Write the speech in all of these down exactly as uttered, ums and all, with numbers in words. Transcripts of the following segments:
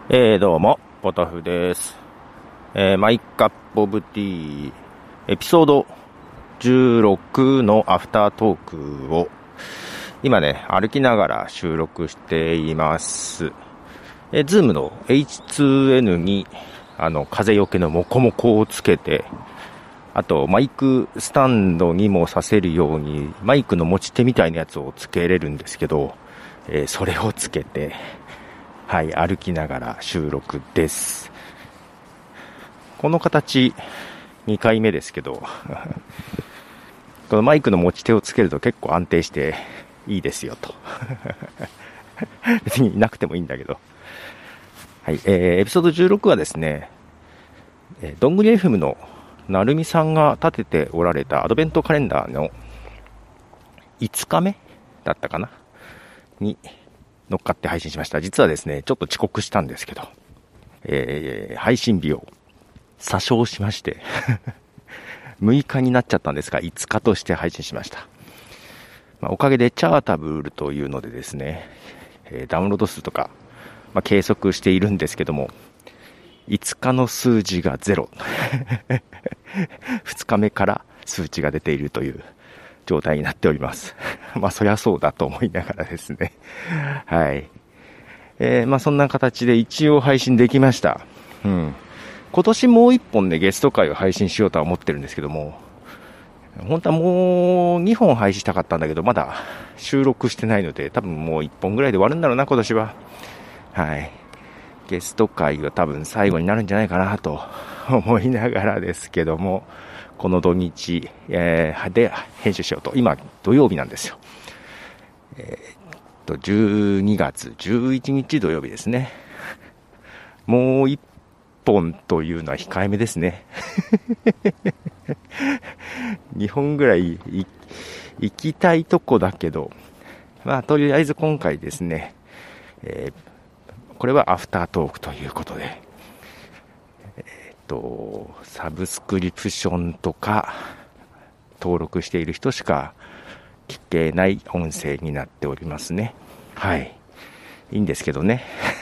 えー、どうも、ポトフです。えー、マイカップオブティー、エピソードじゅうろくのアフタートークを、今ね、歩きながら収録しています。えー、ズームの エイチツーエヌ に、あの、風よけのモコモコをつけて、あと、マイクスタンドにもさせるように、マイクの持ち手みたいなやつをつけれるんですけど、えー、それをつけて、はい、歩きながら収録です。この形にかいめですけどこのマイクの持ち手をつけると結構安定していいですよと別になくてもいいんだけど、はい、えー、エピソードじゅうろくはですね、えー、どんぐり エフエム のなるみさんが立てておられたアドベントカレンダーのいつかめだったかなに乗っかって配信しました。実はですね、ちょっと遅刻したんですけど、えー、配信日を詐称しましてむいかになっちゃったんですが、いつかとして配信しました。まあ、おかげでチャータブルというのでですね、えー、ダウンロード数とか、まあ、計測しているんですけども、いつかの数字がゼロふつかめから数値が出ているという状態になっておりますまあそりゃそうだと思いながらですねはい、えー、まあそんな形で一応配信できました。うん、今年もう一本ねゲスト会を配信しようとは思ってるんですけども、本当はもうにほん配信したかったんだけど、まだ収録してないので、多分もういっぽんぐらいで終わるんだろうな今年は。はい、ゲスト会が多分最後になるんじゃないかなと思いながらですけども、この土日、えー、で編集しようと。今土曜日なんですよ。えー、っとじゅうにがつじゅういちにち土曜日ですね。もういっぽんというのは控えめですねにほんぐらい行きたいとこだけど、まあとりあえず今回ですね、えー、これはアフタートークということで、えっとサブスクリプションとか登録している人しか聞けない音声になっておりますね。はい、いいんですけどね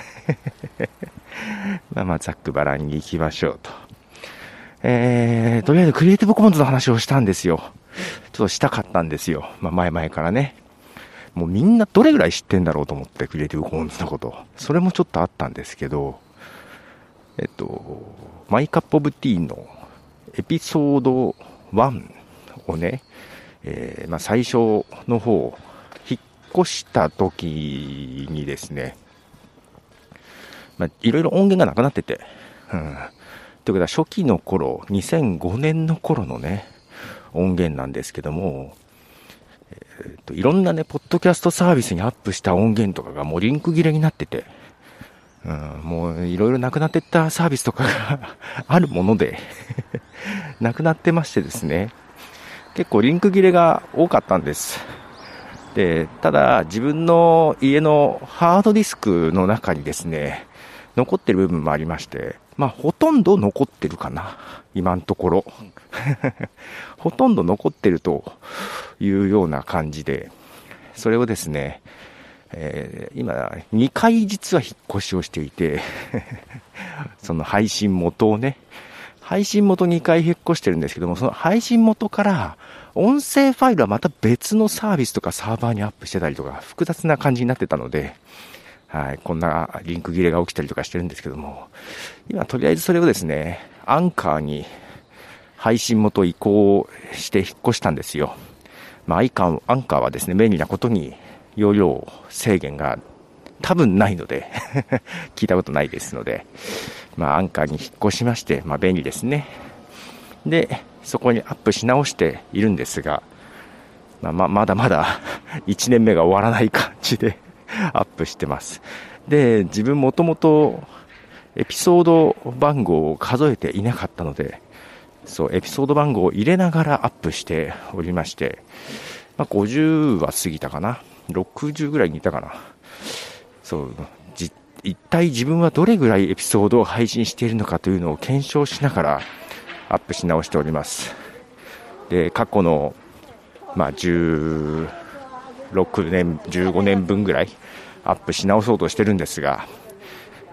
まあまあざっくばらんに行きましょうと。えー、とりあえずクリエイティブコモンズの話をしたんですよ。ちょっとしたかったんですよ。まあ前々からね。もうみんなどれぐらい知ってんだろうと思って、クリエイティブコモンズのこと。それもちょっとあったんですけど、えっと、マイカップオブティーのエピソードいちをね、えー、まあ最初の方、引っ越した時にですね、まあいろいろ音源がなくなってて、うん。ということは初期の頃、にせんごねんの頃のね、音源なんですけども、えー、といろんなね、ポッドキャストサービスにアップした音源とかがもうリンク切れになってて、うん、もういろいろなくなってったサービスとかがあるものでなくなってましてですね、結構リンク切れが多かったんです。で、ただ自分の家のハードディスクの中にですね、残ってる部分もありまして、まあほとんど残ってるかな、今のところほとんど残ってるというような感じで、それをですね、えー、今にかい実は引っ越しをしていてその配信元をね、配信元にかい引っ越してるんですけども、その配信元から音声ファイルはまた別のサービスとかサーバーにアップしてたりとか複雑な感じになってたので、はい、こんなリンク切れが起きたりとかしてるんですけども、今とりあえずそれをですね、アンカーに配信元移行して引っ越したんですよ。まあ、アイカン、アンカーはですね、便利なことに容量制限が多分ないので聞いたことないですので、まあ、アンカーに引っ越しまして、まあ、便利ですね。で、そこにアップし直しているんですが、まあ、ままだまだいちねんめが終わらない感じでアップしてます。で、自分もともとエピソード番号を数えていなかったので、そうエピソード番号を入れながらアップしておりまして、まあ、ごじゅうは過ぎたかな、ろくじゅうぐらいにいたかな。そうじ一体自分はどれぐらいエピソードを配信しているのかというのを検証しながらアップし直しております。で、過去のまあじゅうろくねんじゅうごねんぶんぐらいアップし直そうとしてるんですが、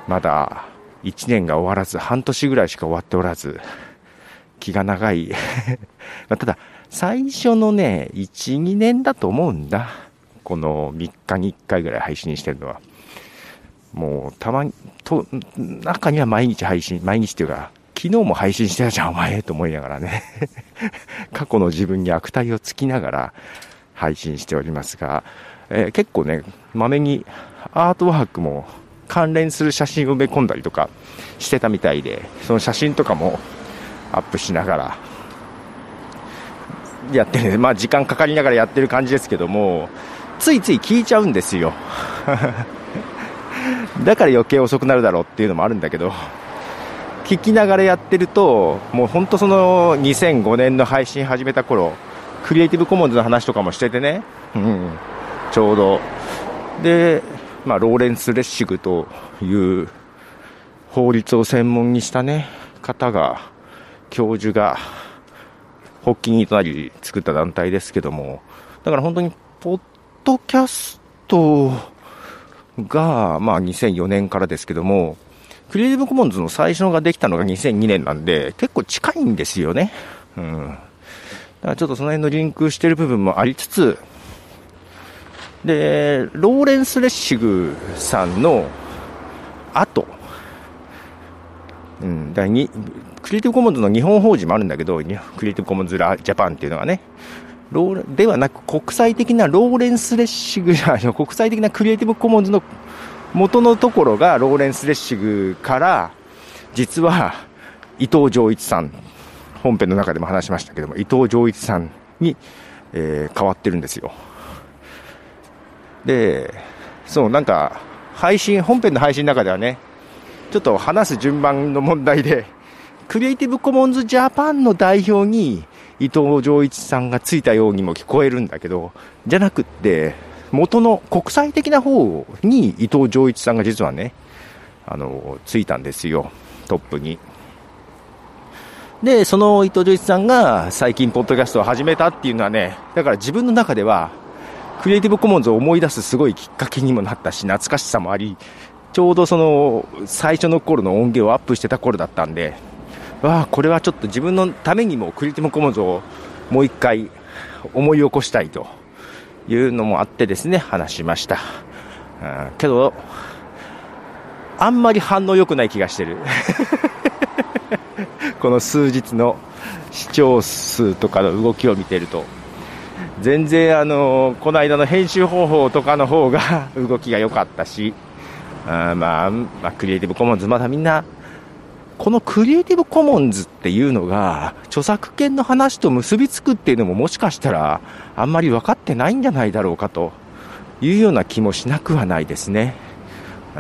まだいちねんが終わらず、半年ぐらいしか終わっておらず、気が長い。ただ、最初のね、いち、にねんだと思うんだ。このみっかにいっかいぐらい配信してるのは。もう、たまに、と、中には毎日配信、毎日っていうか、昨日も配信してたじゃん、お前、と思いながらね。過去の自分に悪態をつきながら配信しておりますが、えー、結構ね、まめにアートワークも関連する写真を埋め込んだりとかしてたみたいで、その写真とかもアップしながらやってる、まあ時間かかりながらやってる感じですけども、ついつい聞いちゃうんですよ。だから余計遅くなるだろうっていうのもあるんだけど、聞きながらやってると、もう本当そのにせんごねんの配信始めた頃、クリエイティブコモンズの話とかもしててね、うん、ちょうどで、まあ、ローレンス・レッシグという法律を専門にしたね方が、教授が発起人となり作った団体ですけども、だから本当にポッドキャストが、まあ、にせんよねんからですけども、クリエイティブコモンズの最初のができたのがにせんにねんなんで、結構近いんですよね。うん。だからちょっとその辺のリンクしてる部分もありつつ、で、ローレンス・レッシグさんの後、うん、だにクリエイティブコモンズの日本法人もあるんだけど、クリエイティブコモンズラジャパンっていうのがね、ローではなく国際的なローレンス・レッシグじゃない、国際的なクリエイティブコモンズの元のところがローレンス・レッシグから、実は伊藤浄一さん、本編の中でも話しましたけども、伊藤浄一さんに、えー、変わってるんですよ。で、そう、なんか配信、本編の配信の中ではね、ちょっと話す順番の問題で、クリエイティブコモンズジャパンの代表に伊藤浄一さんがついたようにも聞こえるんだけど、じゃなくって元の国際的な方に伊藤浄一さんが実はね、あのついたんですよ、トップに。で、その伊藤浄一さんが最近ポッドキャストを始めたっていうのはね、だから自分の中ではクリエイティブコモンズを思い出すすごいきっかけにもなったし、懐かしさもあり、ちょうどその最初の頃の音源をアップしてた頃だったんで、わあ、これはちょっと自分のためにもクリエイティブコモンズをもう一回思い起こしたいというのもあってですね、話しました。うん、けどあんまり反応良くない気がしてる。この数日の視聴数とかの動きを見てると、全然あのこの間の編集方法とかの方が動きが良かったし、あ、まあ、まあクリエイティブコモンズ、まだみんなこのクリエイティブコモンズっていうのが著作権の話と結びつくっていうのも、もしかしたらあんまり分かってないんじゃないだろうかというような気もしなくはないですね。うん、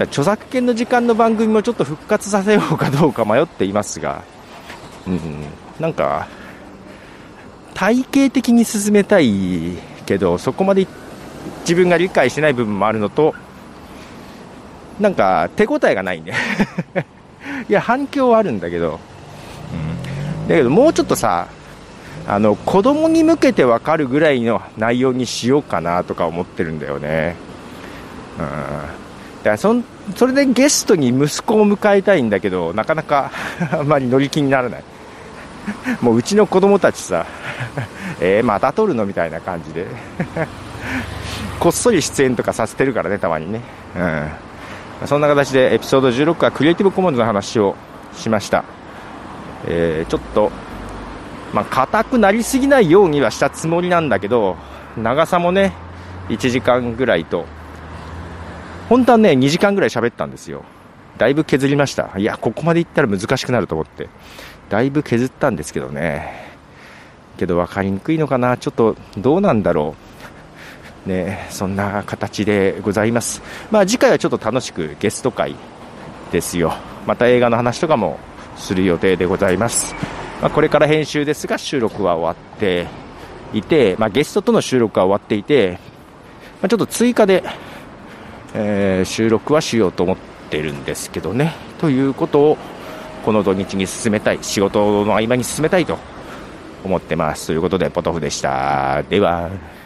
著作権の時間の番組もちょっと復活させようかどうか迷っていますが、うん、なんか体系的に進めたいけど、そこまで自分が理解してない部分もあるのと、なんか手応えがないんでいや反響はあるんだけど、うん、だけどもうちょっとさ、あの子供に向けて分かるぐらいの内容にしようかなとか思ってるんだよね。うん、だからそんそれでゲストに息子を迎えたいんだけど、なかなかあんまり乗り気にならない。もううちの子供たちさえー、また撮るのみたいな感じでこっそり出演とかさせてるからね、たまにね。うん、そんな形でエピソードじゅうろくはクリエイティブコモンズの話をしました。えー、ちょっとまあ硬くなりすぎないようにはしたつもりなんだけど、長さもねいちじかんぐらいと、本当はねにじかんぐらい喋ったんですよ。だいぶ削りました。いや、ここまでいったら難しくなると思ってだいぶ削ったんですけどね。けど分かりにくいのかな、ちょっとどうなんだろうね。そんな形でございます。まあ次回はちょっと楽しくゲスト会ですよ。また映画の話とかもする予定でございます。まあ、これから編集ですが、収録は終わっていて、まあ、ゲストとの収録は終わっていて、まあ、ちょっと追加で、えー、収録はしようと思ってるんですけどね。ということをこの土日に進めたい、仕事の合間に進めたいと思ってます。ということでポトフでした。では。